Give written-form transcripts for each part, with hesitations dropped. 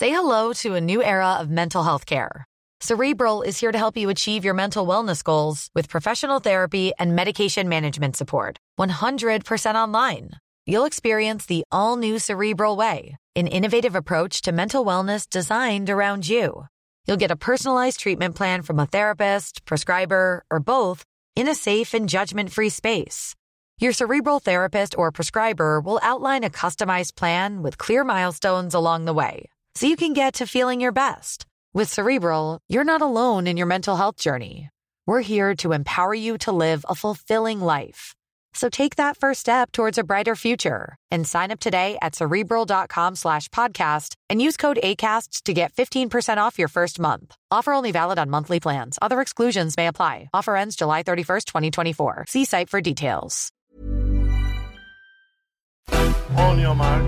Say hello to a new era of mental health care. Cerebral is here to help you achieve your mental wellness goals with professional therapy and medication management support. 100% online. You'll experience the all-new Cerebral Way, an innovative approach to mental wellness designed around you. You'll get a personalized treatment plan from a therapist, prescriber, or both in a safe and judgment-free space. Your Cerebral therapist or prescriber will outline a customized plan with clear milestones along the way, so you can get to feeling your best. With Cerebral, you're not alone in your mental health journey. We're here to empower you to live a fulfilling life. So take that first step towards a brighter future and sign up today at Cerebral.com/podcast and use code ACAST to get 15% off your first month. Offer only valid on monthly plans. Other exclusions may apply. Offer ends July 31st, 2024. See site for details. On your marks.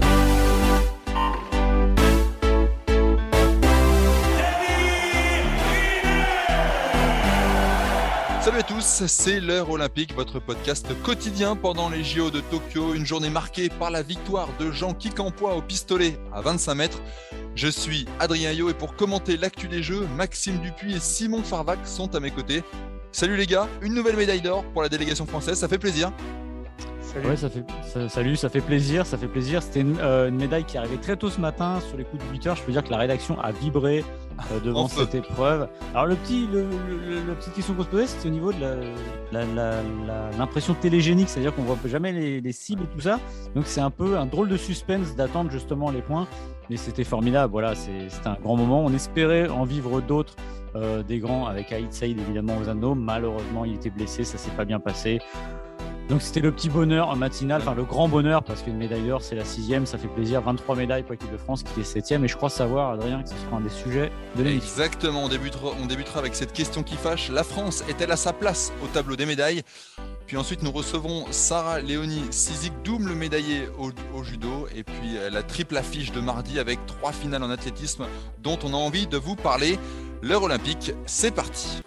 Salut à tous, c'est l'heure olympique, votre podcast quotidien pendant les JO de Tokyo. Une journée marquée par la victoire de Jean Quincampoix au pistolet à 25 mètres. Je suis Adrien Yo et pour commenter l'actu des Jeux, Maxime Dupuis et Simon Farvac sont à mes côtés. Salut les gars, une nouvelle médaille d'or pour la délégation française, ça fait plaisir. Salut. Ouais, ça fait plaisir. C'était une médaille qui arrivait très tôt ce matin sur les coups de 8h. Je peux dire que la rédaction a vibré devant cette épreuve. Alors la petite question qu'on se posait, c'était au niveau de l'impression télégénique, c'est-à-dire qu'on ne voit jamais les cibles et tout ça. Donc c'est un peu un drôle de suspense d'attendre justement les points. Mais c'était formidable, voilà, c'était un grand moment. On espérait en vivre d'autres, des grands, avec Aït Saïd évidemment aux anneaux. Malheureusement, il était blessé, ça ne s'est pas bien passé. Donc c'était le petit bonheur matinal, enfin le grand bonheur, parce qu'une médaille d'or c'est la 6e, ça fait plaisir, 23 médailles pour l'équipe de France qui est 7e, et je crois savoir, Adrien, que ce sera un des sujets de l'émission. Exactement, on débutera avec cette question qui fâche. La France est-elle à sa place au tableau des médailles ? Puis ensuite nous recevrons Sarah Léonie Sizik, double médaillée au judo, et puis la triple affiche de mardi avec 3 finales en athlétisme dont on a envie de vous parler. L'heure olympique, c'est parti.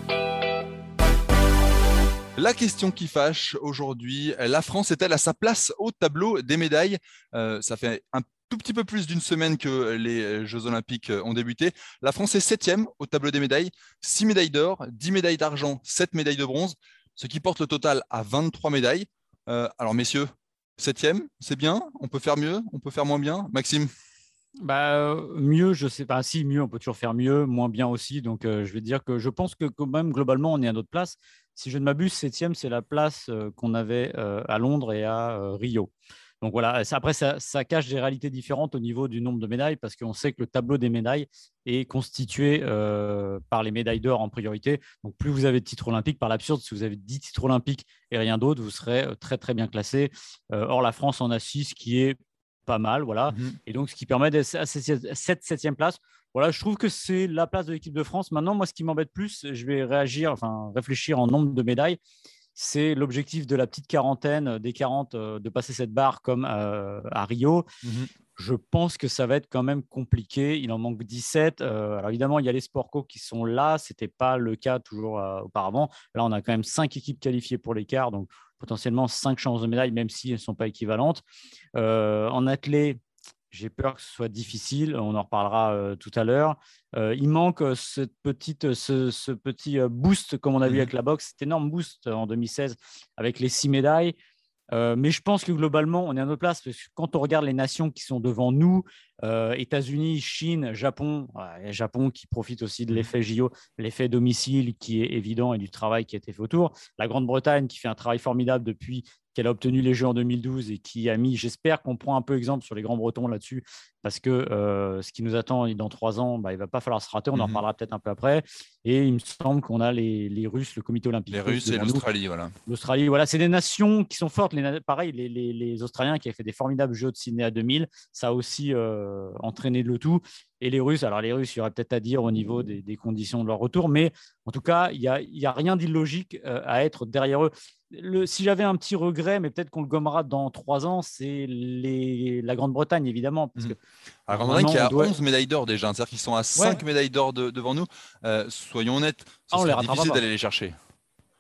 La question qui fâche aujourd'hui, la France est-elle à sa place au tableau des médailles ? Ça fait un tout petit peu plus d'une semaine que les Jeux Olympiques ont débuté. La France est 7e au tableau des médailles, 6 médailles d'or, 10 médailles d'argent, 7 médailles de bronze, ce qui porte le total à 23 médailles. Alors messieurs, 7e, c'est bien ? On peut faire mieux ? On peut faire moins bien ? Maxime ? Mieux, je sais pas. Si, mieux, on peut toujours faire mieux, moins bien aussi. Donc, je vais dire que je pense que quand même, globalement, on est à notre place. Si je ne m'abuse, 7e, c'est la place qu'on avait à Londres et à Rio. Donc voilà, après, ça cache des réalités différentes au niveau du nombre de médailles parce qu'on sait que le tableau des médailles est constitué par les médailles d'or en priorité. Donc, plus vous avez de titres olympiques, par l'absurde, si vous avez 10 titres olympiques et rien d'autre, vous serez très, très bien classé. Or, la France en a 6, qui est pas mal, voilà. Et donc, ce qui permet d'être à cette 7e place. Voilà, je trouve que c'est la place de l'équipe de France. Maintenant, moi, ce qui m'embête plus, je vais réfléchir en nombre de médailles, c'est l'objectif de la petite quarantaine, des 40, de passer cette barre comme à Rio. Je pense que ça va être quand même compliqué. Il en manque 17. Alors évidemment, il y a les sports co qui sont là. Ce n'était pas le cas toujours auparavant. Là, on a quand même 5 équipes qualifiées pour l'écart, donc potentiellement 5 chances de médaille, même si elles ne sont pas équivalentes. En athlée, j'ai peur que ce soit difficile. On en reparlera tout à l'heure. Il manque ce petit boost, comme on a vu avec la boxe, cet énorme boost en 2016 avec les 6 médailles. Mais je pense que globalement, on est à notre place parce que quand on regarde les nations qui sont devant nous, États-Unis, Chine, Japon, Japon qui profite aussi de l'effet JO, l'effet domicile qui est évident et du travail qui a été fait autour. La Grande-Bretagne qui fait un travail formidable depuis qu'elle a obtenu les Jeux en 2012 et qui a mis, j'espère qu'on prend un peu exemple sur les Grands-Bretons là-dessus, parce que ce qui nous attend dans 3 ans, il ne va pas falloir se rater, on en reparlera peut-être un peu après. Et il me semble qu'on a les Russes, le comité olympique. Les Russes et l'Australie, voilà. L'Australie, voilà, c'est des nations qui sont fortes. Pareil, les Australiens qui avaient fait des formidables Jeux de Sydney à 2000, ça a aussi entraîné le tout. Et les Russes, il y aurait peut-être à dire au niveau des conditions de leur retour, mais en tout cas, il y a rien d'illogique à être derrière eux. Si j'avais un petit regret, mais peut-être qu'on le gommera dans 3 ans, c'est la Grande-Bretagne, évidemment. Parce que, la Grande-Bretagne qui a 11 médailles d'or déjà, c'est-à-dire qu'ils sont à 5 médailles d'or devant nous. Soyons honnêtes, ce serait difficile d'aller les chercher. Simon ?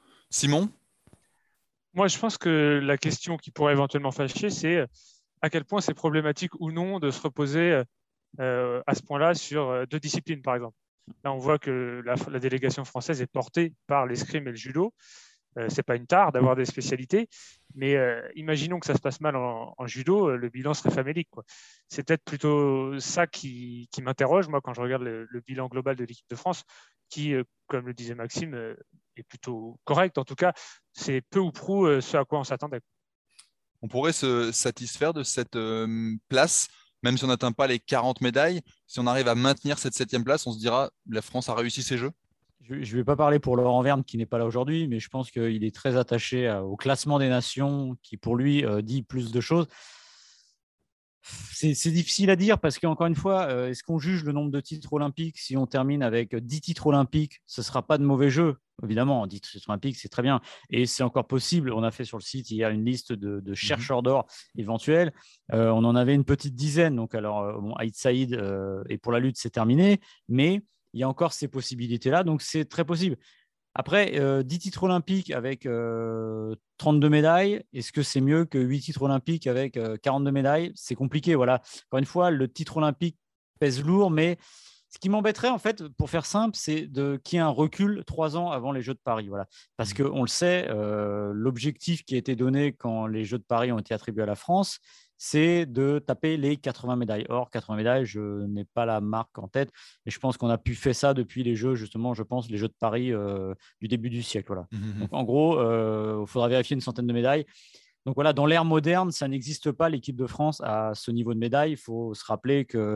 Moi, je pense que la question qui pourrait éventuellement fâcher, c'est à quel point c'est problématique ou non de se reposer à ce point-là sur 2 disciplines, par exemple. Là, on voit que la délégation française est portée par l'escrime et le judo. C'est pas une tare d'avoir des spécialités, mais imaginons que ça se passe mal en judo, le bilan serait famélique, quoi. C'est peut-être plutôt ça qui m'interroge, moi, quand je regarde le bilan global de l'équipe de France, qui, comme le disait Maxime, est plutôt correct. En tout cas, c'est peu ou prou ce à quoi on s'attendait. On pourrait se satisfaire de cette place, même si on n'atteint pas les 40 médailles. Si on arrive à maintenir cette 7e place, on se dira la France a réussi ses Jeux. Je ne vais pas parler pour Laurent Verne qui n'est pas là aujourd'hui, mais je pense qu'il est très attaché au classement des nations qui, pour lui, dit plus de choses. C'est difficile à dire parce qu'encore une fois, est-ce qu'on juge le nombre de titres olympiques? Si on termine avec 10 titres olympiques, ce ne sera pas de mauvais jeu. Évidemment, 10 titres olympiques, c'est très bien. Et c'est encore possible. On a fait sur le site hier une liste de chercheurs d'or éventuels. On en avait une petite dizaine. Donc, alors, Aït Saïd, et pour la lutte, c'est terminé. Mais il y a encore ces possibilités-là. Donc, c'est très possible. Après, 10 titres olympiques avec 32 médailles, est-ce que c'est mieux que 8 titres olympiques avec 42 médailles? C'est compliqué, voilà. Encore une fois, le titre olympique pèse lourd, mais ce qui m'embêterait, en fait, pour faire simple, c'est qu'il y ait un recul 3 ans avant les Jeux de Paris. Voilà. Parce qu'on le sait, l'objectif qui a été donné quand les Jeux de Paris ont été attribués à la France, c'est de taper les 80 médailles. Or, 80 médailles, je n'ai pas la marque en tête. Et je pense qu'on a pu faire ça depuis les Jeux, justement, je pense, les Jeux de Paris du début du siècle. Voilà. Donc, en gros, il faudra vérifier une centaine de médailles. Donc voilà, dans l'ère moderne, ça n'existe pas l'équipe de France à ce niveau de médaille. Il faut se rappeler que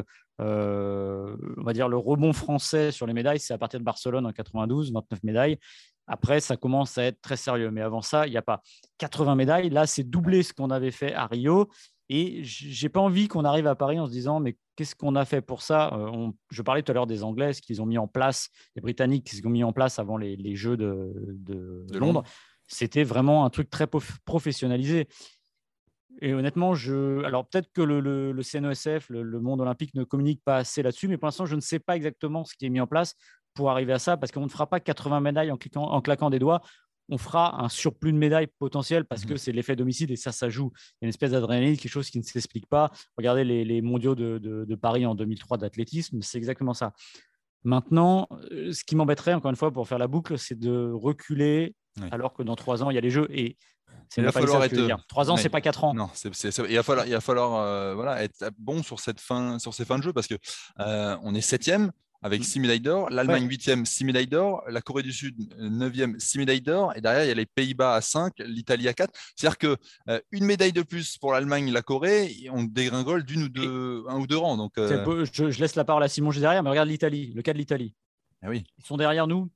on va dire le rebond français sur les médailles, c'est à partir de Barcelone en 92, 29 médailles. Après, ça commence à être très sérieux. Mais avant ça, il n'y a pas 80 médailles. Là, c'est doublé ce qu'on avait fait à Rio. Et j'ai pas envie qu'on arrive à Paris en se disant mais qu'est-ce qu'on a fait pour ça? Je parlais tout à l'heure des Anglais, ce qu'ils ont mis en place, les Britanniques, ce qu'ils ont mis en place avant les Jeux de Londres. C'était vraiment un truc très professionnalisé. Et honnêtement, alors peut-être que le CNOSF, le monde olympique, ne communique pas assez là-dessus, mais pour l'instant, je ne sais pas exactement ce qui est mis en place pour arriver à ça, parce qu'on ne fera pas 80 médailles en claquant des doigts. On fera un surplus de médailles potentiel parce que c'est l'effet d'homicide et ça joue. Il y a une espèce d'adrénaline, quelque chose qui ne s'explique pas. Regardez les mondiaux de Paris en 2003 d'athlétisme, c'est exactement ça. Maintenant, ce qui m'embêterait, encore une fois, pour faire la boucle, c'est de reculer alors que dans 3 ans, il y a les Jeux. Et c'est il va falloir être 3 ans, c'est pas 4 ans. Non, il va falloir voilà, être bon sur ces fins de jeu parce que on est 7e avec 6 médailles d'or, l'Allemagne 8e, 6 médailles d'or, la Corée du Sud 9e, 6 médailles d'or, et derrière il y a les Pays-Bas à 5, l'Italie à 4. C'est-à-dire que une médaille de plus pour l'Allemagne, la Corée, on dégringole un ou deux rangs. Donc, je laisse la parole à Simon juste derrière, mais regarde l'Italie, le cas de l'Italie. Ah oui. Ils sont derrière nous.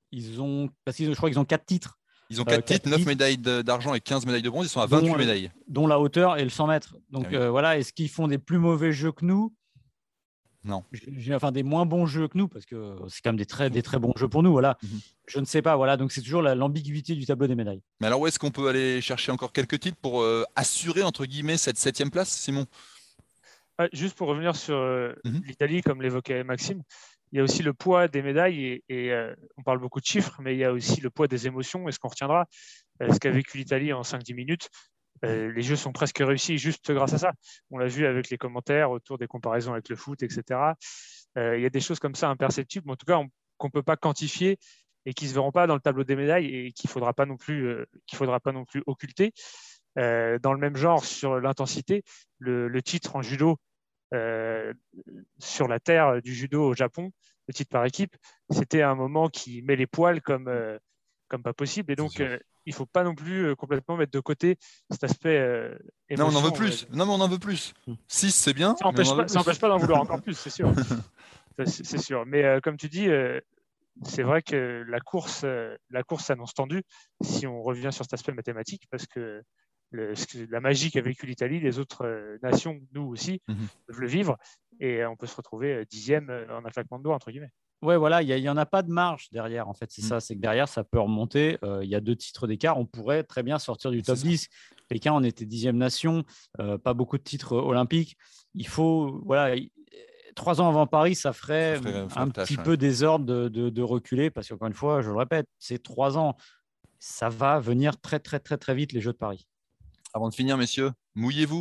Je crois qu'ils ont 4 titres. Ils ont 4 titres, 9 médailles d'argent et 15 médailles de bronze. Ils sont à 28 médailles. Dont la hauteur et le 100 mètres. Donc voilà, est-ce qu'ils font des plus mauvais jeux que nous? Non. Enfin, des moins bons jeux que nous, parce que c'est quand même des très bons jeux pour nous. Voilà. Je ne sais pas. Voilà. Donc c'est toujours l'ambiguïté du tableau des médailles. Mais alors où est-ce qu'on peut aller chercher encore quelques titres pour assurer, entre guillemets, cette 7e place, Simon? Juste pour revenir sur l'Italie, comme l'évoquait Maxime, il y a aussi le poids des médailles et on parle beaucoup de chiffres, mais il y a aussi le poids des émotions et ce qu'on retiendra. Ce qu'a vécu l'Italie en 5-10 minutes, les Jeux sont presque réussis juste grâce à ça. On l'a vu avec les commentaires autour des comparaisons avec le foot, etc. Il y a des choses comme ça imperceptibles, mais en tout cas qu'on ne peut pas quantifier et qui ne se verront pas dans le tableau des médailles et qu'il ne faudra pas non plus occulter. Dans le même genre, sur l'intensité, le titre en judo, sur la terre du judo au Japon, le titre par équipe, c'était un moment qui met les poils comme pas possible. Et donc, il ne faut pas non plus complètement mettre de côté cet aspect émotion. Non, on en veut plus. Non, mais on en veut plus. 6, c'est bien. Ça n'empêche pas d'en vouloir encore plus, c'est sûr. C'est sûr. Mais comme tu dis, c'est vrai que la course s'annonce tendue si on revient sur cet aspect mathématique, parce que la magie qu'a vécu l'Italie, les autres nations, nous aussi, peuvent le vivre, et on peut se retrouver 10e en un claquement de doigts, entre guillemets. Ouais, voilà, il n'y en a pas de marge derrière, en fait. C'est ça, c'est que derrière, ça peut remonter. Il y a 2 titres d'écart. On pourrait très bien sortir du top 10. Pékin, on était 10e nation, pas beaucoup de titres olympiques. Il faut, voilà, 3 ans avant Paris, ça ferait un petit peu désordre de reculer, parce qu'encore une fois, je le répète, c'est 3 ans. Ça va venir très, très, très, très vite, les Jeux de Paris. Avant de finir, messieurs, mouillez-vous.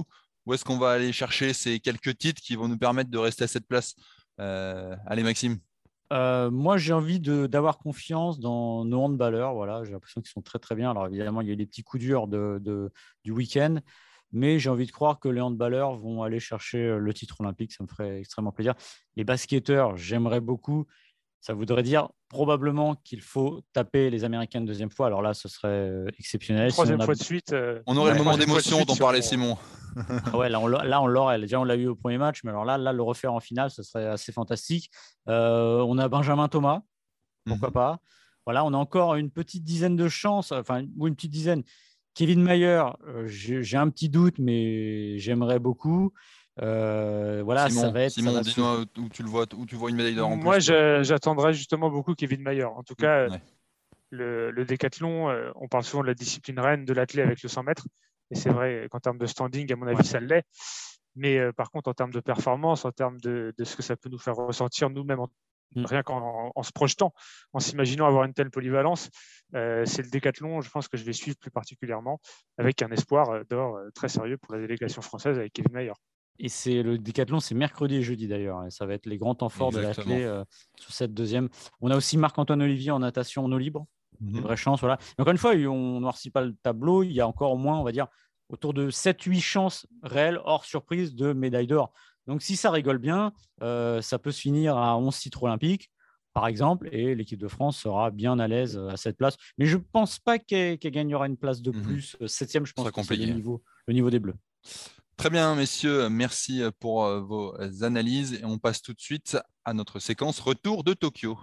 Où est-ce qu'on va aller chercher ces quelques titres qui vont nous permettre de rester à cette place? Allez, Maxime. Moi, j'ai envie d'avoir confiance dans nos handballeurs. Voilà, j'ai l'impression qu'ils sont très, très bien. Alors, évidemment, il y a eu des petits coups durs du week-end, mais j'ai envie de croire que les handballeurs vont aller chercher le titre olympique. Ça me ferait extrêmement plaisir. Les basketteurs, j'aimerais beaucoup. Ça voudrait dire probablement qu'il faut taper les Américains une deuxième fois. Alors là, ce serait exceptionnel. Troisième fois de suite. On aurait le moment troisième fois de d'émotion suite dont sur- parlait Simon. Ah ouais, là, on l'aurait. Déjà, on l'a eu au premier match, mais alors là, le refaire en finale, ce serait assez fantastique. On a Benjamin Thomas, pourquoi pas. Voilà, on a encore une petite dizaine de chances, enfin, ou une petite dizaine. Kevin Mayer, j'ai un petit doute, mais j'aimerais beaucoup. Voilà, ça va être. Simon, dis-nous où tu le vois, où tu vois une médaille d'or en Moi, plus. j'attendrai justement beaucoup Kevin Mayer. En tout cas, Ouais. le décathlon, on parle souvent de la discipline reine de l'athlète avec le 100 mètres. Et c'est vrai qu'en termes de standing, à mon avis, ça l'est. Mais par contre, en termes de performance, en termes de ce que ça peut nous faire ressentir nous-mêmes, rien qu'en se projetant, en s'imaginant avoir une telle polyvalence, c'est le décathlon, je pense que je vais suivre plus particulièrement, avec un espoir d'or très sérieux pour la délégation française avec Kevin Mayer. Et c'est le décathlon, c'est mercredi et jeudi d'ailleurs. Ça va être les grands temps forts de l'athlète sur cette deuxième. On a aussi Marc-Antoine Olivier en natation en eau libre. Des vraies chances. Voilà. Mais encore une fois, on ne noircit pas le tableau. Il y a encore au moins, on va dire, autour de 7-8 chances réelles, hors surprise, de médaille d'or. Donc, si ça rigole bien, ça peut se finir à 11 titres olympiques, par exemple, et l'équipe de France sera bien à l'aise à cette place. Mais je ne pense pas qu'elle gagnera une place de plus. Septième, je pense que c'est le niveau des Bleus. Très bien, messieurs, merci pour vos analyses. Et on passe tout de suite à notre séquence Retour de Tokyo.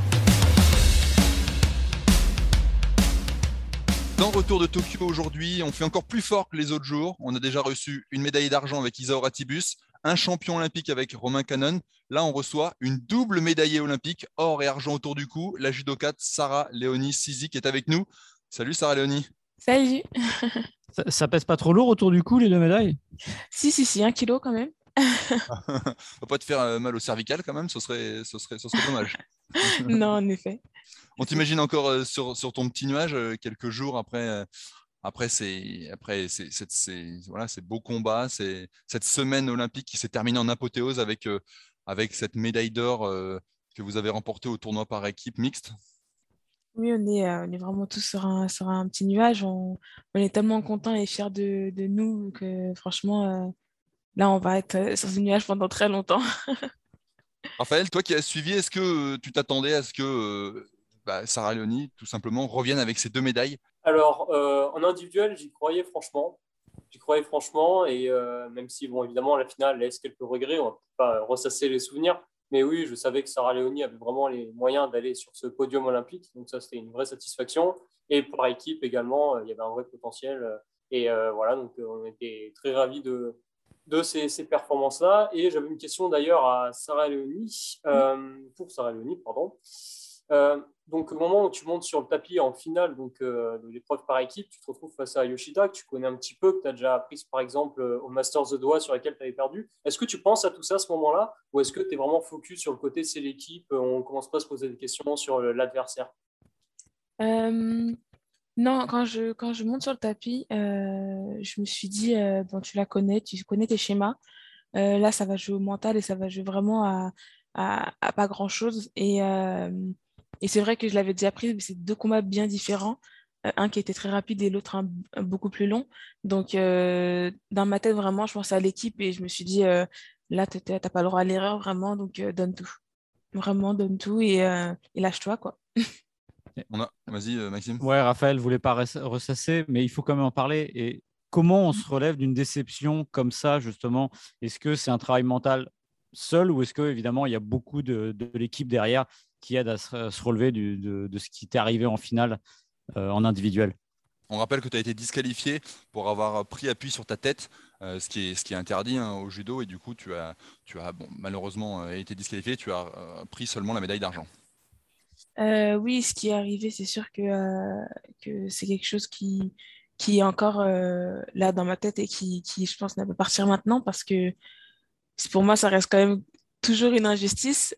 Dans Retour de Tokyo aujourd'hui, on fait encore plus fort que les autres jours. On a déjà reçu une médaille d'argent avec Isaora Tibus, un champion olympique avec Romain Cannon. Là, on reçoit une double médaillée olympique, or et argent autour du cou. La judokate Sarah Léonie Sizi qui est avec nous. Salut Sarah Léonie. Salut. Ça pèse pas trop lourd autour du cou, les deux médailles? Si, 1 kilo quand même. Faut pas te faire mal au cervical quand même, ce serait dommage. Non, en effet. On t'imagine encore sur ton petit nuage quelques jours après ces beaux combats, cette semaine olympique qui s'est terminée en apothéose avec cette médaille d'or que vous avez remportée au tournoi par équipe mixte. Oui, on est vraiment tous sur un petit nuage. On est tellement contents et fiers de nous que franchement, là, on va être sur ce nuage pendant très longtemps. Raphaël, toi qui as suivi, est-ce que tu t'attendais à ce que Sarah Léonie, tout simplement, revienne avec ces deux médailles? Alors, en individuel, j'y croyais franchement. Et même si, bon, évidemment, la finale laisse quelques regrets, on ne peut pas ressasser les souvenirs. Mais oui, je savais que Sarah Léonie avait vraiment les moyens d'aller sur ce podium olympique. Donc ça, c'était une vraie satisfaction. Et par équipe également, il y avait un vrai potentiel. Voilà, donc on était très ravis de ces performances-là. Et j'avais une question d'ailleurs à Sarah Léonie, pour Sarah Léonie, pardon. Donc, au moment où tu montes sur le tapis en finale de l'épreuve par équipe, tu te retrouves face à Yoshida, que tu connais un petit peu, que tu as déjà appris par exemple au Masters de Doha sur laquelle tu avais perdu. Est-ce que tu penses à tout ça à ce moment-là, ou est-ce que tu es vraiment focus sur le côté c'est l'équipe, on ne commence pas à se poser des questions sur l'adversaire? Non, quand je monte sur le tapis, je me suis dit, bon, tu connais tes schémas. Là, ça va jouer au mental et ça va jouer vraiment à pas grand-chose. Et c'est vrai que je l'avais déjà pris, mais c'est deux combats bien différents. Un qui était très rapide et l'autre un beaucoup plus long. Donc, dans ma tête, vraiment, je pensais à l'équipe et je me suis dit, là, t'as pas le droit à l'erreur, vraiment, donc donne tout. Vraiment, donne tout et lâche-toi, quoi. Vas-y, Maxime. Ouais, Raphaël ne voulait pas ressasser, mais il faut quand même en parler. Et comment on se relève d'une déception comme ça, justement? Est-ce que c'est un travail mental seul ou est-ce qu'évidemment, il y a beaucoup de l'équipe derrière qui aide à se relever de ce qui t'est arrivé en finale en individuel? On rappelle que tu as été disqualifié pour avoir pris appui sur ta tête, ce qui est interdit au judo, et du coup, tu as malheureusement été disqualifié, tu as pris seulement la médaille d'argent. Oui, ce qui est arrivé, c'est sûr que c'est quelque chose qui est encore là dans ma tête et qui, je pense, ne peut partir maintenant parce que pour moi, ça reste quand même toujours une injustice.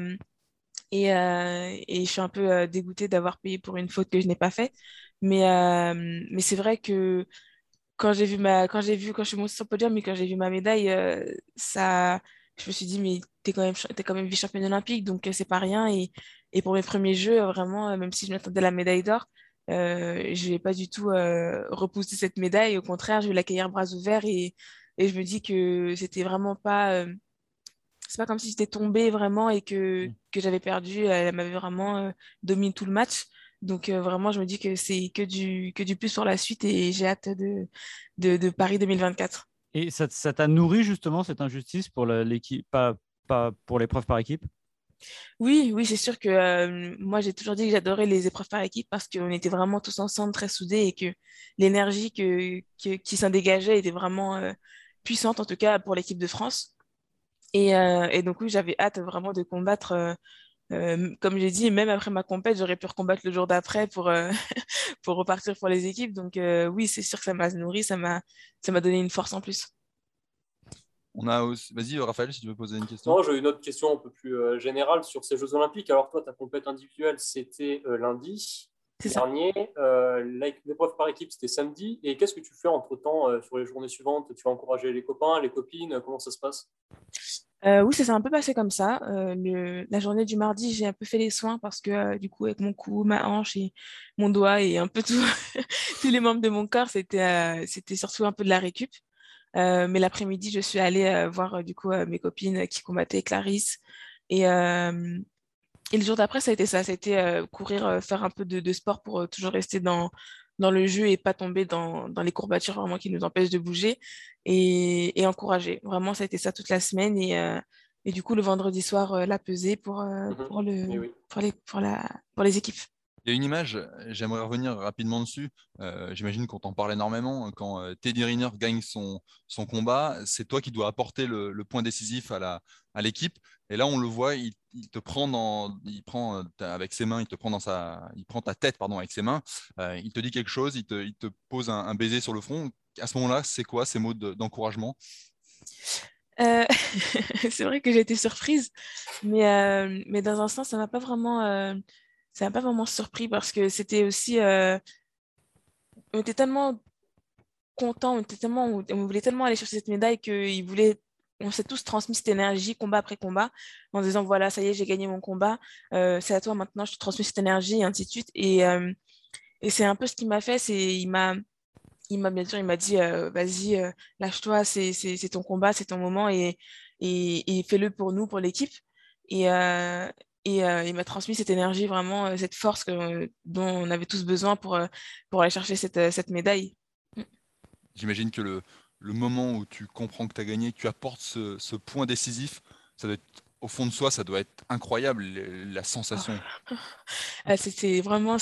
Et je suis un peu dégoûtée d'avoir payé pour une faute que je n'ai pas faite. Mais c'est vrai que quand je suis montée sur le podium et quand j'ai vu ma médaille, je me suis dit, mais t'es quand même vice-championne olympique, donc c'est pas rien. Et pour mes premiers jeux, vraiment, même si je m'attendais à la médaille d'or, je n'ai pas du tout repoussé cette médaille. Au contraire, je vais l'accueillir bras ouverts et je me dis que c'était vraiment pas. C'est pas comme si j'étais tombée vraiment et que j'avais perdu. Elle m'avait vraiment dominé tout le match. Donc vraiment, je me dis que c'est que du plus pour la suite et j'ai hâte de Paris 2024. Et ça t'a nourri justement cette injustice pour l'équipe, pas pour l'épreuve par équipe? Oui, oui, c'est sûr que moi, j'ai toujours dit que j'adorais les épreuves par équipe parce qu'on était vraiment tous ensemble, très soudés et que l'énergie qui s'en dégageait était vraiment puissante, en tout cas pour l'équipe de France. Et donc, oui, j'avais hâte vraiment de combattre. Comme j'ai dit, même après ma compète, j'aurais pu recombattre le jour d'après pour repartir pour les équipes. Donc, oui, c'est sûr que ça m'a nourri, ça m'a donné une force en plus. On a aussi... Vas-y, Raphaël, si tu veux poser une question. Non, j'ai une autre question un peu plus générale sur ces Jeux Olympiques. Alors, toi, ta compète individuelle, c'était lundi C'est ça. dernier. L'épreuve par équipe, c'était samedi. Et qu'est-ce que tu fais entre-temps sur les journées suivantes? Tu vas encourager les copains, les copines? Comment ça se passe? Oui, ça s'est un peu passé comme ça. La journée du mardi, j'ai un peu fait les soins parce que du coup, avec mon cou, ma hanche et mon doigt et un peu tout, tous les membres de mon corps, c'était surtout un peu de la récup. Mais l'après-midi, je suis allée voir du coup mes copines qui combattaient, Clarisse. Et, euh, et le jour d'après, ça a été ça. Ça a été courir, faire un peu de sport pour toujours rester dans le jeu et pas tomber dans les courbatures vraiment qui nous empêchent de bouger et encourager. Vraiment, ça a été ça toute la semaine. Et du coup, le vendredi soir, la pesée Et oui. pour les équipes. Il y a une image, j'aimerais revenir rapidement dessus. J'imagine qu'on t'en parle énormément. Quand Teddy Riner gagne son combat, c'est toi qui dois apporter le point décisif à l'équipe. Et là, on le voit, il te prend avec ses mains, il prend ta tête, pardon, avec ses mains. Il te dit quelque chose, il te pose un baiser sur le front. À ce moment-là, c'est quoi ces mots d'encouragement? Euh, c'est vrai que j'ai été surprise, mais dans un sens, ça m'a pas vraiment surpris parce que c'était aussi, on était tellement contents, on voulait tellement aller chercher cette médaille on s'est tous transmis cette énergie combat après combat en disant voilà, ça y est, j'ai gagné mon combat, c'est à toi maintenant, je te transmets cette énergie et ainsi de suite. Et c'est un peu ce qu'il m'a fait, bien sûr, il m'a dit vas-y, lâche-toi, c'est ton combat, c'est ton moment et fais-le pour nous, pour l'équipe. Et, euh, il m'a transmis cette énergie, vraiment, cette force dont on avait tous besoin pour aller chercher cette médaille. J'imagine que le moment où tu comprends que tu as gagné, que tu apportes ce point décisif, ça doit être, au fond de soi, ça doit être incroyable, la sensation. C'est vraiment,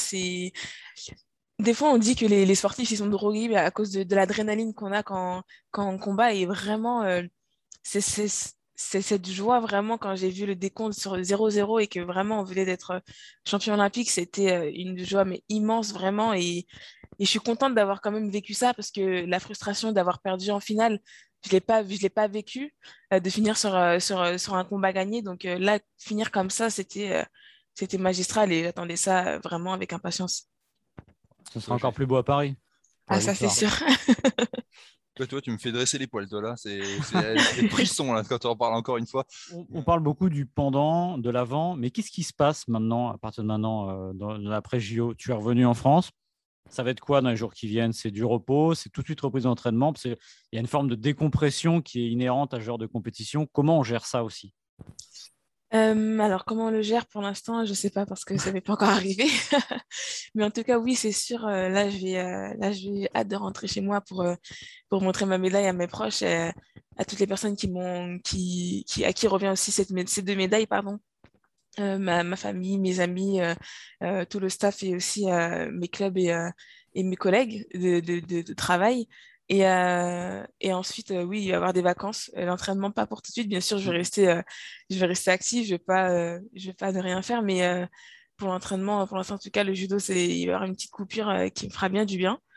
des fois, on dit que les sportifs, ils sont drogués à cause de l'adrénaline qu'on a quand on combat. Et vraiment, c'est cette joie, vraiment, quand j'ai vu le décompte sur 0-0 et que vraiment, on venait d'être champion olympique, c'était une joie mais immense, vraiment. Et je suis contente d'avoir quand même vécu ça parce que la frustration d'avoir perdu en finale, je l'ai pas vécu, de finir sur un combat gagné. Donc là, finir comme ça, c'était magistral et j'attendais ça vraiment avec impatience. Ce sera encore plus beau à Paris pour Ah, la ça, c'est victoire. sûr. Toi, tu me fais dresser les poils, toi, là. C'est des frissons, là, quand tu en parles encore une fois. On parle beaucoup du pendant, de l'avant, mais qu'est-ce qui se passe maintenant, à partir de maintenant, dans l'après-JO? Tu es revenu en France. Ça va être quoi dans les jours qui viennent? C'est du repos, c'est tout de suite reprise d'entraînement, parce qu'il y a une forme de décompression qui est inhérente à ce genre de compétition. Comment on gère ça aussi? Alors, comment on le gère pour l'instant, je sais pas parce que ça n'est pas encore arrivé. Mais en tout cas, oui, c'est sûr. Là, je vais hâte de rentrer chez moi pour montrer ma médaille à mes proches, à toutes les personnes à qui revient aussi ces deux médailles, pardon. Ma famille, mes amis, tout le staff et aussi mes clubs et mes collègues de travail. Et ensuite, oui, il va y avoir des vacances. L'entraînement, pas pour tout de suite. Bien sûr, je vais rester active. Je vais pas de rien faire. Mais pour l'entraînement, pour l'instant, en tout cas, le judo, il va y avoir une petite coupure qui me fera bien du bien.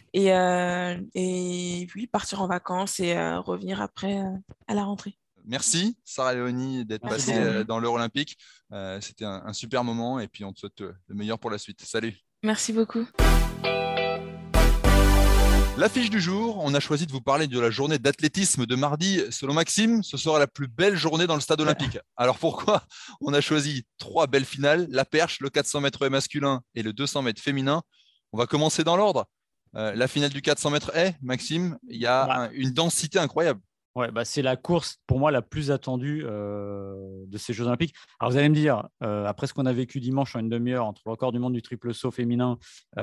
Et oui, partir en vacances et revenir après à la rentrée. Merci, Sarah Léonie, d'être Merci passée à vous. dans l'Euro olympique. C'était un super moment et puis on te souhaite le meilleur pour la suite. Salut. Merci beaucoup. L'affiche du jour, on a choisi de vous parler de la journée d'athlétisme de mardi. Selon Maxime, ce sera la plus belle journée dans le stade olympique. Alors pourquoi? On a choisi 3 belles finales, la perche, le 400 mètres masculin et le 200 mètres féminin. On va commencer dans l'ordre. La finale du 400 mètres Maxime, il y a une densité incroyable. Ouais, c'est la course pour moi la plus attendue de ces Jeux Olympiques. Alors vous allez me dire, après ce qu'on a vécu dimanche en une demi-heure entre le record du monde du triple saut féminin,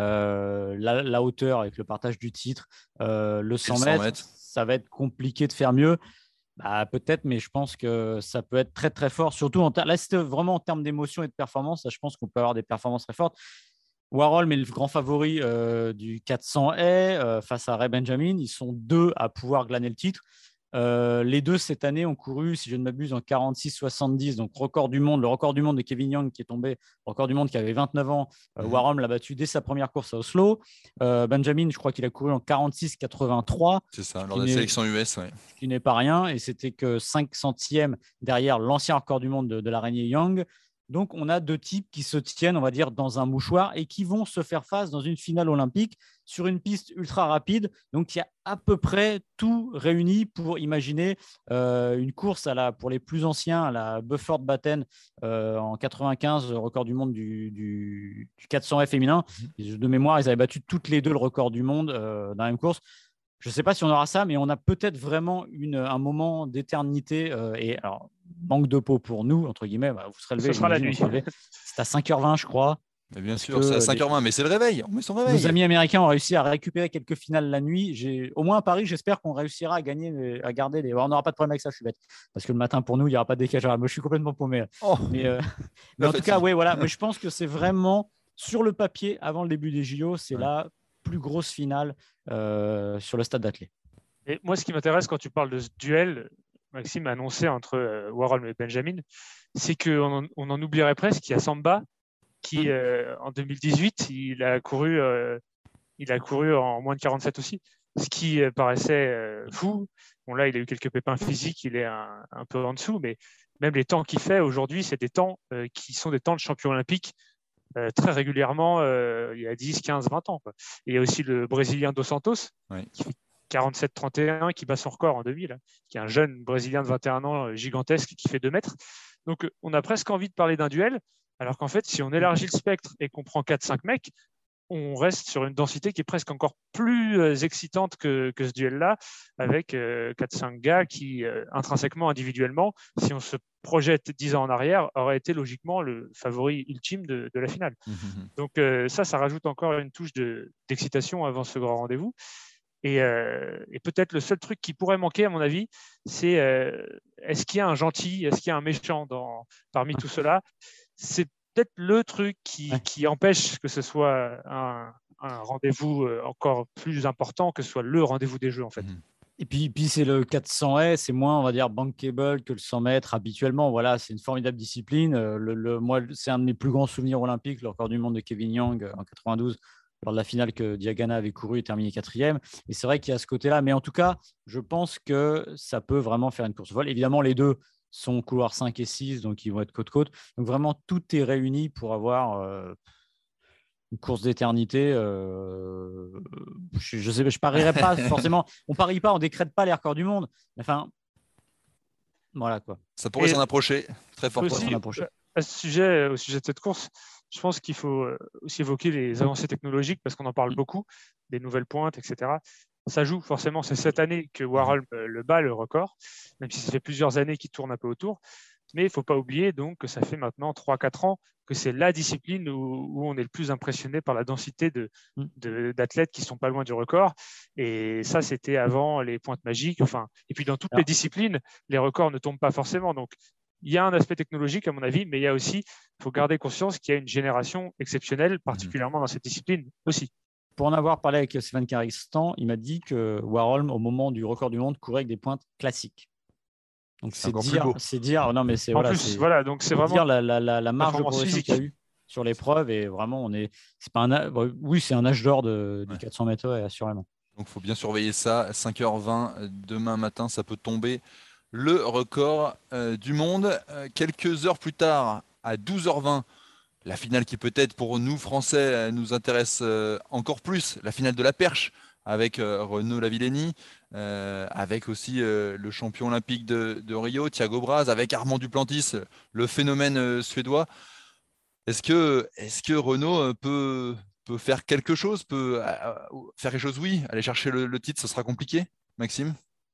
la hauteur avec le partage du titre, le 100 mètres, ça va être compliqué de faire mieux. Peut-être, mais je pense que ça peut être très très fort. Surtout là, c'était vraiment en termes d'émotion et de performance. Là, je pense qu'on peut avoir des performances très fortes. Warhol est le grand favori du 400 face à Ray Benjamin. Ils sont 2 à pouvoir glaner le titre. Les 2 cette année ont couru, si je ne m'abuse, en 46-70, donc record du monde, le record du monde de Kevin Young qui est tombé, record du monde qui avait 29 ans. Warhol l'a battu dès sa première course à Oslo. Benjamin, je crois qu'il a couru en 46-83. C'est ça, lors de la sélection US. Ouais. Ce qui n'est pas rien, et c'était que 5 centièmes derrière l'ancien record du monde de l'araignée Young. Donc, on a 2 types qui se tiennent, on va dire, dans un mouchoir et qui vont se faire face dans une finale olympique sur une piste ultra rapide. Donc, il y a à peu près tout réuni pour imaginer une course pour les plus anciens, à la Bufford Batten en 95, record du monde du 400 féminin. De mémoire, ils avaient battu toutes les 2 le record du monde dans la même course. Je ne sais pas si on aura ça, mais on a peut-être vraiment un moment d'éternité. Et alors, manque de peau pour nous, entre guillemets, vous serez levé. Ce sera la nuit. C'est à 5h20, je crois. Mais bien sûr, c'est à 5h20, mais c'est le réveil. On met son réveil. Nos amis américains ont réussi à récupérer quelques finales la nuit. Au moins à Paris, j'espère qu'on réussira à gagner, à garder les. On n'aura pas de problème avec ça, je suis bête. Parce que le matin, pour nous, il n'y aura pas de décalage. Moi, je suis complètement paumé. Mais en tout cas, voilà. Mais je pense que c'est vraiment, sur le papier, avant le début des JO, c'est la plus grosse finale sur le stade d'Athlée. Et moi, ce qui m'intéresse quand tu parles de ce duel, Maxime a annoncé entre Warhol et Benjamin, c'est qu'on en oublierait presque qu'il y a Samba qui, en 2018, il a couru en moins de 47 aussi, ce qui paraissait fou. Bon, là, il a eu quelques pépins physiques, il est un peu en dessous, mais même les temps qu'il fait aujourd'hui, c'est des temps qui sont des temps de champion olympique très régulièrement il y a 10, 15, 20 ans. Quoi. Et il y a aussi le Brésilien Dos Santos, qui fait 47-31, qui bat son record en 2000, qui est un jeune Brésilien de 21 ans gigantesque qui fait 2 mètres. Donc, on a presque envie de parler d'un duel, alors qu'en fait, si on élargit le spectre et qu'on prend 4-5 mecs, on reste sur une densité qui est presque encore plus excitante que ce duel-là, avec 4-5 gars qui, intrinsèquement, individuellement, si on se projette 10 ans en arrière, aurait été logiquement le favori ultime de la finale. Donc ça rajoute encore une touche d'excitation avant ce grand rendez-vous. Et peut-être le seul truc qui pourrait manquer, à mon avis, c'est est-ce qu'il y a un gentil, est-ce qu'il y a un méchant parmi tout cela? C'est peut-être le truc qui empêche que ce soit un rendez-vous encore plus important, que ce soit le rendez-vous des Jeux, en fait. Et puis c'est le 400 c'est moins, on va dire, bankable que le 100 mètres habituellement. Voilà, c'est une formidable discipline. Moi, c'est un de mes plus grands souvenirs olympiques, le record du monde de Kevin Young en 92, lors de la finale que Diagana avait couru et terminé 4e. Et c'est vrai qu'il y a ce côté-là. Mais en tout cas, je pense que ça peut vraiment faire une course vol. Évidemment, les 2 sont couloirs 5 et 6, donc ils vont être côte-côte. Donc vraiment, tout est réuni pour avoir une course d'éternité. Je ne parierais pas forcément. On ne parie pas, on ne décrète pas les records du monde. Enfin, voilà quoi. Ça pourrait s'en approcher très fort. Aussi, au sujet de cette course, je pense qu'il faut aussi évoquer les avancées technologiques parce qu'on en parle beaucoup, des nouvelles pointes, etc. Ça joue forcément, c'est cette année que Warhol le bat, le record, même si ça fait plusieurs années qu'il tourne un peu autour. Mais il ne faut pas oublier donc, que ça fait maintenant 3-4 ans que c'est la discipline où on est le plus impressionné par la densité d'athlètes qui ne sont pas loin du record. Et ça, c'était avant les pointes magiques. Enfin, et puis dans toutes les disciplines, les records ne tombent pas forcément. Donc, il y a un aspect technologique, à mon avis, mais il y a aussi, il faut garder conscience qu'il y a une génération exceptionnelle, particulièrement dans cette discipline aussi. Pour en avoir parlé avec Stéphane Karistan, il m'a dit que Warhol, au moment du record du monde, courait avec des pointes classiques. Donc c'est dire, non mais c'est en plus, voilà, donc c'est vraiment dire la marge de progression qu'il y a eu sur l'épreuve et vraiment c'est pas c'est un âge d'or du 400 mètres assurément. Donc il faut bien surveiller ça. 5h20 demain matin, ça peut tomber le record du monde. Quelques heures plus tard, à 12h20, la finale qui peut-être pour nous Français nous intéresse encore plus, la finale de la perche avec Renaud Lavillenie, avec aussi le champion olympique de Rio, Thiago Braz, avec Armand Duplantis, le phénomène suédois. Est-ce que Renaud peut faire quelque chose, peut faire quelque chose? Oui, aller chercher le titre, ce sera compliqué, Maxime?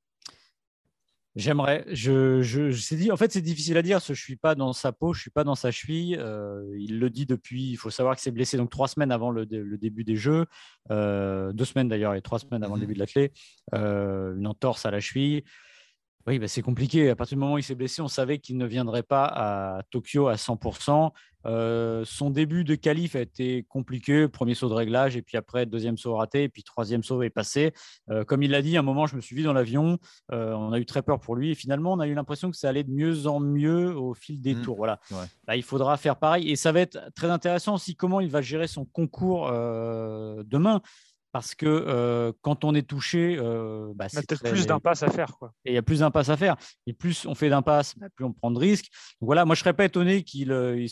J'aimerais. C'est dit, en fait, c'est difficile à dire, parce que je ne suis pas dans sa peau, je ne suis pas dans sa cheville. Il le dit depuis, il faut savoir que c'est blessé donc 3 semaines avant le début des Jeux, 2 semaines d'ailleurs, et 3 semaines avant le début de l'athlé, une entorse à la cheville. Oui, bah, c'est compliqué. À partir du moment où il s'est blessé, on savait qu'il ne viendrait pas à Tokyo à 100%. Son début de qualif a été compliqué. Premier saut de réglage, et puis après, deuxième saut raté, et puis troisième saut est passé. Comme il l'a dit, à un moment, je me suis vu dans l'avion. On a eu très peur pour lui. Et finalement, on a eu l'impression que ça allait de mieux en mieux au fil des tours. Voilà. Ouais. Là, il faudra faire pareil. Et ça va être très intéressant aussi comment il va gérer son concours demain. Parce que quand on est touché, Il y a c'est peut-être plus d'impasses à faire, quoi. Et il y a plus d'impasses à faire. Et plus on fait d'impasses, plus on prend de risques. Donc voilà, moi, je ne serais pas étonné qu'il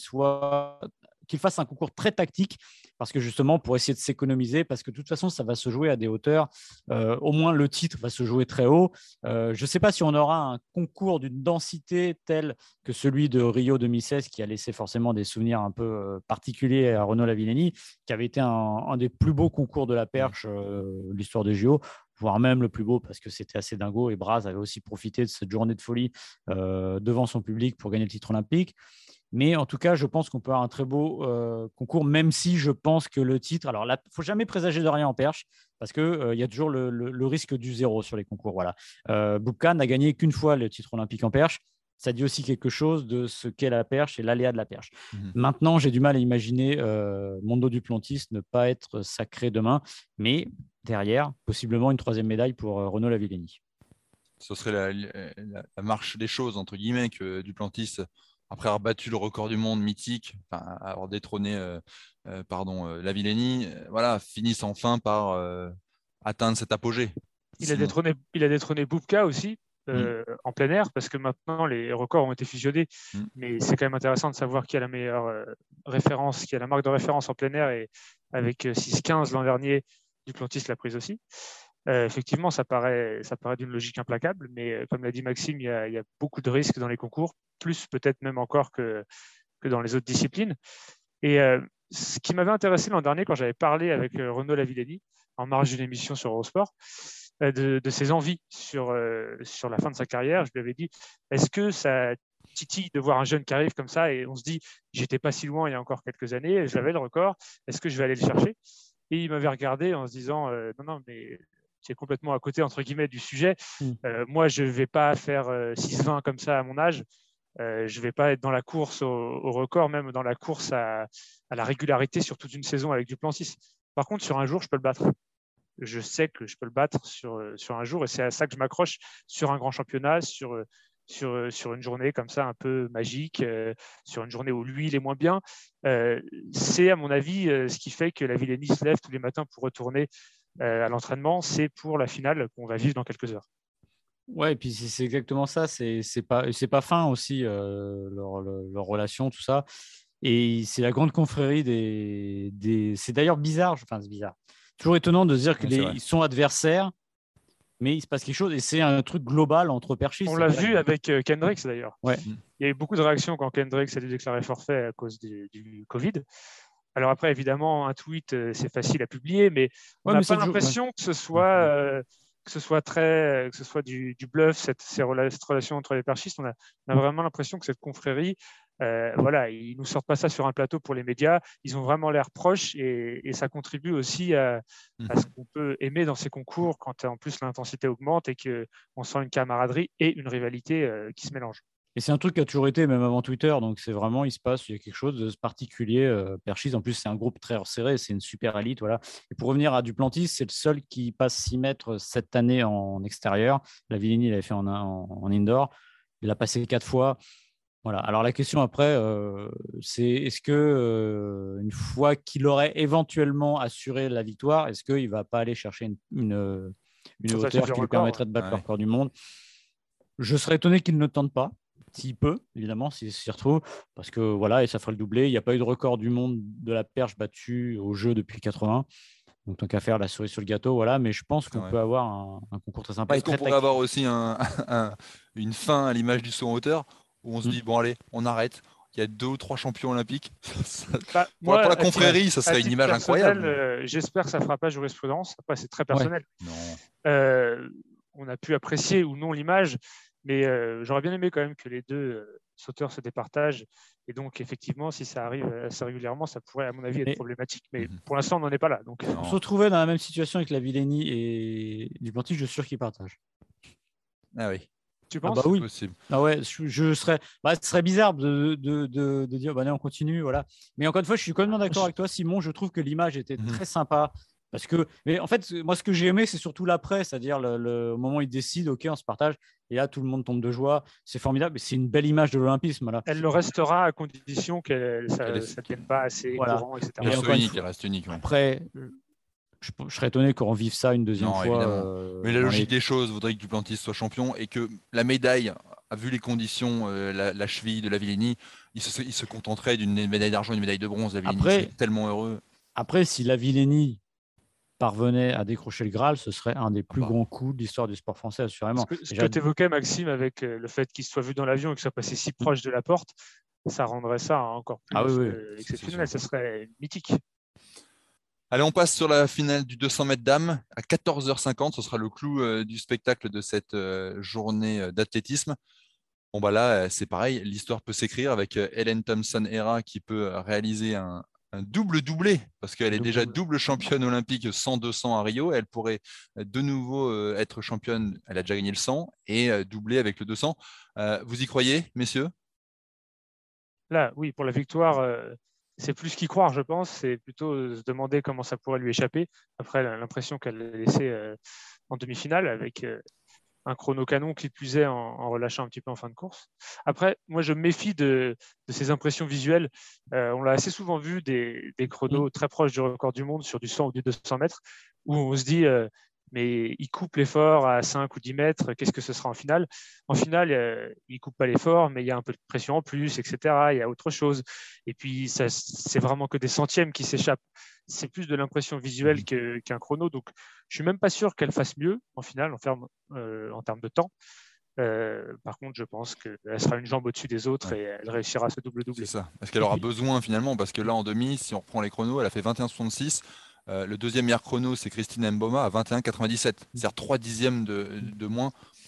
fasse un concours très tactique, parce que justement, pour essayer de s'économiser, parce que de toute façon, ça va se jouer à des hauteurs. Au moins, le titre va se jouer très haut. Je ne sais pas si on aura un concours d'une densité telle que celui de Rio 2016, qui a laissé forcément des souvenirs un peu particuliers à Renaud Lavillenie, qui avait été un des plus beaux concours de la perche de l'histoire des JO, voire même le plus beau, parce que c'était assez dingo. Et Braz avait aussi profité de cette journée de folie devant son public pour gagner le titre olympique. Mais en tout cas, je pense qu'on peut avoir un très beau concours, même si je pense que le titre… Alors là, il ne faut jamais présager de rien en perche, parce qu'il y a toujours le risque du zéro sur les concours. Voilà. Boubka n'a gagné qu'une fois le titre olympique en perche. Ça dit aussi quelque chose de ce qu'est la perche et l'aléa de la perche. Maintenant, j'ai du mal à imaginer Mondo Duplantis ne pas être sacré demain, mais derrière, possiblement une troisième médaille pour Renaud Lavillenie. Ce serait la marche des choses, entre guillemets, que Duplantis, après avoir battu le record du monde mythique, avoir détrôné Lavillenie, finisse enfin par atteindre cet apogée. Il a détrôné Boubka aussi en plein air, parce que maintenant les records ont été fusionnés. Mais c'est quand même intéressant de savoir qui a la meilleure référence, qui a la marque de référence en plein air, et avec 6,15 l'an dernier, Duplantis l'a prise aussi. Effectivement, ça paraît d'une logique implacable, mais comme l'a dit Maxime, il y a beaucoup de risques dans les concours, plus peut-être même encore que dans les autres disciplines. Et ce qui m'avait intéressé l'an dernier, quand j'avais parlé avec Renaud Lavillenie en marge d'une émission sur Eurosport, de ses envies sur la fin de sa carrière, je lui avais dit, est-ce que ça titille de voir un jeune qui arrive comme ça, et on se dit, j'étais pas si loin il y a encore quelques années, j'avais le record, est-ce que je vais aller le chercher? Et il m'avait regardé en se disant, non, mais c'est complètement à côté, entre guillemets, du sujet. Moi, je ne vais pas faire 6,20 comme ça à mon âge. Je ne vais pas être dans la course au record, même dans la course à la régularité sur toute une saison avec Duplantis. Par contre, sur un jour, je peux le battre. Je sais que je peux le battre sur un jour, et c'est à ça que je m'accroche sur un grand championnat, sur une journée comme ça un peu magique, sur une journée où lui, il est moins bien. C'est, à mon avis, ce qui fait que Lavillenie se lève tous les matins pour retourner à l'entraînement. C'est pour la finale qu'on va vivre dans quelques heures. Ouais, et puis c'est exactement ça. C'est pas fin aussi, leur relation, tout ça. Et c'est la grande confrérie c'est d'ailleurs bizarre. Enfin, c'est bizarre. Toujours étonnant de se dire qu'ils sont adversaires, mais il se passe quelque chose, et c'est un truc global entre perchistes. On l'a vu avec Kendricks d'ailleurs. Ouais. Il y a eu beaucoup de réactions quand Kendricks a dû déclarer forfait à cause du Covid. Alors après, évidemment, un tweet, c'est facile à publier, mais on n'a pas l'impression que ce soit du bluff, cette relation entre les perchistes. On a vraiment l'impression que cette confrérie, ils nous sortent pas ça sur un plateau pour les médias. Ils ont vraiment l'air proches, et ça contribue aussi à ce qu'on peut aimer dans ces concours, quand en plus l'intensité augmente et qu'on sent une camaraderie et une rivalité qui se mélangent. Et c'est un truc qui a toujours été, même avant Twitter. Donc, c'est vraiment, il y a quelque chose de particulier. Perchis, en plus, c'est un groupe très resserré. C'est une super élite. Voilà. Et pour revenir à Duplantis, c'est le seul qui passe 6 mètres cette année en extérieur. Lavillenie, il avait fait en indoor. Il a passé 4 fois. Voilà. Alors, la question après, c'est est-ce que, une fois qu'il aurait éventuellement assuré la victoire, est-ce qu'il ne va pas aller chercher une hauteur qui lui permettrait de battre le record du monde? Je serais étonné qu'il ne tente pas. S'il peut, évidemment, s'il s'y retrouve, parce que et ça ferait le doublé. Il n'y a pas eu de record du monde de la perche battu au jeu depuis 80. Donc, tant qu'à faire la cerise sur le gâteau, voilà. Mais je pense qu'on peut avoir un concours très sympa. Est-ce qu'on pourrait avoir aussi une fin à l'image du saut en hauteur où on se dit, bon, allez, on arrête. Il y a 2 ou 3 champions olympiques. Pour la confrérie, ça serait une image incroyable. J'espère que ça ne fera pas jurisprudence. Après, c'est très personnel. Non. On a pu apprécier ou non l'image, mais j'aurais bien aimé quand même que les 2 sauteurs se départagent. Et donc, effectivement, si ça arrive assez régulièrement, ça pourrait, à mon avis, être problématique. Mais pour l'instant, on n'en est pas là. Donc... On se retrouvait dans la même situation avec Lavillenie et Duplantis, je suis sûr qu'ils partagent. Ah oui. Tu penses? Oui. Possible. Ah ouais, ce serait bizarre de dire on continue, voilà. Mais encore une fois, je suis complètement d'accord avec toi, Simon. Je trouve que l'image était très sympa. Parce que, mais en fait, moi, ce que j'ai aimé, c'est surtout l'après, c'est-à-dire au moment où ils décident, OK, on se partage, et là, tout le monde tombe de joie. C'est formidable, c'est une belle image de l'olympisme. Là. Elle le restera à condition que ça ne tienne pas assez courant, etc. Il reste unique. Après, je serais étonné qu'on vive ça une deuxième fois. Mais la logique des choses voudrait que Duplantis soit champion et que la médaille, a vu les conditions, la cheville de Lavillenie, il se contenterait d'une médaille d'argent, une médaille de bronze. Lavillenie serait tellement heureux. Après, si Lavillenie parvenait à décrocher le Graal, ce serait un des plus grands coups de l'histoire du sport français, assurément. Ce que tu évoquais, Maxime, avec le fait qu'il soit vu dans l'avion et qu'il soit passé si proche de la porte, ça rendrait ça encore plus exceptionnel. Ça serait mythique. Allez, on passe sur la finale du 200 mètres dames à 14h50. Ce sera le clou du spectacle de cette journée d'athlétisme. Bon, bah là, c'est pareil. L'histoire peut s'écrire avec Helen Thompson-Hera qui peut réaliser un double doublé parce qu'elle est déjà double championne olympique 100-200 à Rio. Elle pourrait de nouveau être championne. Elle a déjà gagné le 100 et doubler avec le 200. Vous y croyez, messieurs? Là, oui, pour la victoire, c'est plus qu'y croire, je pense. C'est plutôt se demander comment ça pourrait lui échapper. Après, elle a l'impression qu'elle l'a laissé en demi-finale avec un chrono canon qui plus est en relâchant un petit peu en fin de course. Après, moi, je me méfie de ces impressions visuelles. On l'a assez souvent vu des chronos très proches du record du monde sur du 100 ou du 200 mètres où on se dit mais il coupe l'effort à 5 ou 10 mètres, qu'est-ce que ce sera en finale? En finale, il ne coupe pas l'effort, mais il y a un peu de pression en plus, etc. Il y a autre chose. Et puis, c'est vraiment que des centièmes qui s'échappent. C'est plus de l'impression visuelle qu'un chrono. Donc, je ne suis même pas sûr qu'elle fasse mieux en finale, en termes de temps. Par contre, je pense qu'elle sera une jambe au-dessus des autres et elle réussira ce double-double. C'est ça. Est-ce qu'elle aura besoin finalement? Parce que là, en demi, si on reprend les chronos, elle a fait 21,66. Le deuxième meilleur chrono, c'est Christine Mboma à 21,97. C'est-à-dire 3 dixièmes de moins.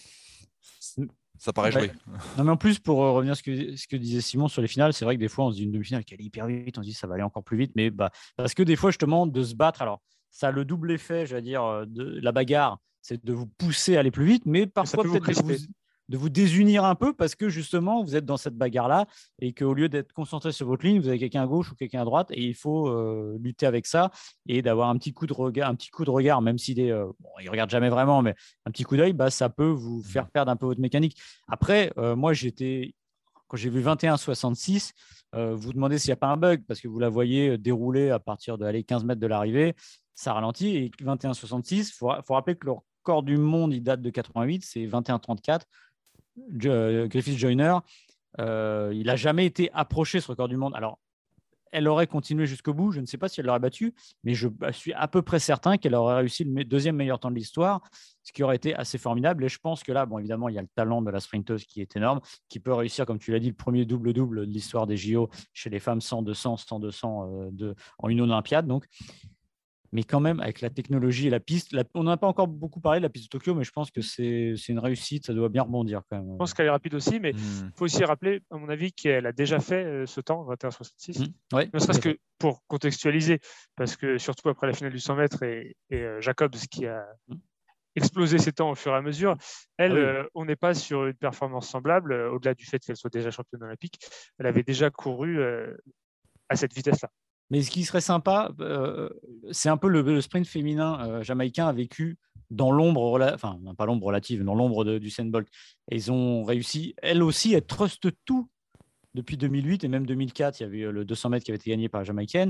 Ça paraît joué. Non, mais en plus, pour revenir à ce que disait Simon sur les finales, c'est vrai que des fois, on se dit une demi-finale qui allait hyper vite, on se dit ça va aller encore plus vite. Mais parce que des fois, justement, de se battre, alors ça a le double effet, j'allais dire, de la bagarre, c'est de vous pousser à aller plus vite, mais parfois peut-être de vous désunir un peu parce que justement, vous êtes dans cette bagarre-là et qu'au lieu d'être concentré sur votre ligne, vous avez quelqu'un à gauche ou quelqu'un à droite et il faut lutter avec ça et d'avoir un petit coup de regard, même s'il il ne regarde jamais vraiment, mais un petit coup d'œil, ça peut vous faire perdre un peu votre mécanique. Après, moi, quand j'ai vu 21,66, vous demandez s'il n'y a pas un bug parce que vous la voyez dérouler à partir de 15 mètres de l'arrivée, ça ralentit et 21,66, il faut rappeler que le record du monde, il date de 88, c'est 21,34. Griffith Joyner, il n'a jamais été approché ce record du monde. Alors, elle aurait continué jusqu'au bout. Je ne sais pas si elle l'aurait battu, mais je suis à peu près certain qu'elle aurait réussi le deuxième meilleur temps de l'histoire, ce qui aurait été assez formidable. Et je pense que là, bon, évidemment, il y a le talent de la sprinteuse qui est énorme, qui peut réussir, comme tu l'as dit, le premier double-double de l'histoire des JO chez les femmes 100-200, 100-200 en une Olympiade. Donc, mais quand même, avec la technologie et la piste, on n'en a pas encore beaucoup parlé de la piste de Tokyo, mais je pense que c'est une réussite, ça doit bien rebondir quand même. Je pense qu'elle est rapide aussi, mais il faut aussi rappeler, à mon avis, qu'elle a déjà fait ce temps, 21,66. Ne serait-ce que pour contextualiser, parce que surtout après la finale du 100 mètres et Jacobs qui a explosé ses temps au fur et à mesure, elle, on n'est pas sur une performance semblable, au-delà du fait qu'elle soit déjà championne olympique. Elle avait déjà couru à cette vitesse-là. Mais ce qui serait sympa, c'est un peu le sprint féminin jamaïcain a vécu dans l'ombre, enfin pas l'ombre relative, dans l'ombre d'Usain Bolt. Et ils ont réussi, elle aussi, elle truste tout depuis 2008 et même 2004. Il y avait eu le 200 mètres qui avait été gagné par la Jamaïcaine.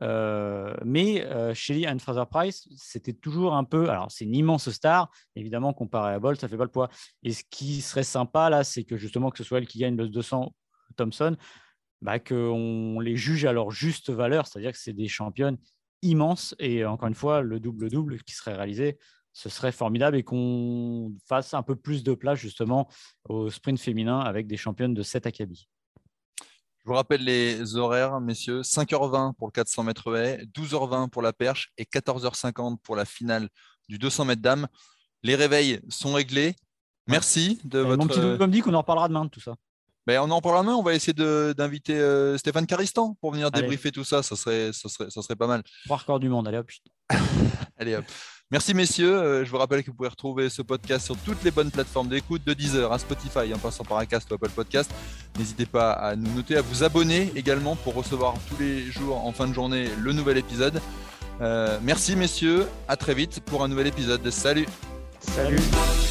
Mais Shelly Ann Fraser-Pryce, c'était toujours un peu... Alors, c'est une immense star. Évidemment, comparé à Bolt, ça ne fait pas le poids. Et ce qui serait sympa, là, c'est que justement, que ce soit elle qui gagne le 200 Thompson, qu'on les juge à leur juste valeur, c'est-à-dire que c'est des championnes immense. Et encore une fois, le double-double qui serait réalisé, ce serait formidable et qu'on fasse un peu plus de place justement au sprint féminin avec des championnes de 7 Akabi. Je vous rappelle les horaires, messieurs. 5h20 pour le 400 mètres haies, 12h20 pour la perche et 14h50 pour la finale du 200 mètres dames. Les réveils sont réglés. Merci de votre... Mon petit doigt me dit qu'on en reparlera demain de tout ça. Ben, on en parlera demain. On va essayer d'inviter Stéphane Caristan pour venir débriefer tout ça. Ça serait pas mal. 3 records du monde. Allez hop. Allez hop. Merci messieurs. Je vous rappelle que vous pouvez retrouver ce podcast sur toutes les bonnes plateformes d'écoute, de Deezer à Spotify, en passant par Acast ou Apple Podcast. N'hésitez pas à nous noter, à vous abonner également pour recevoir tous les jours en fin de journée le nouvel épisode. Merci messieurs. À très vite pour un nouvel épisode. Salut. Salut.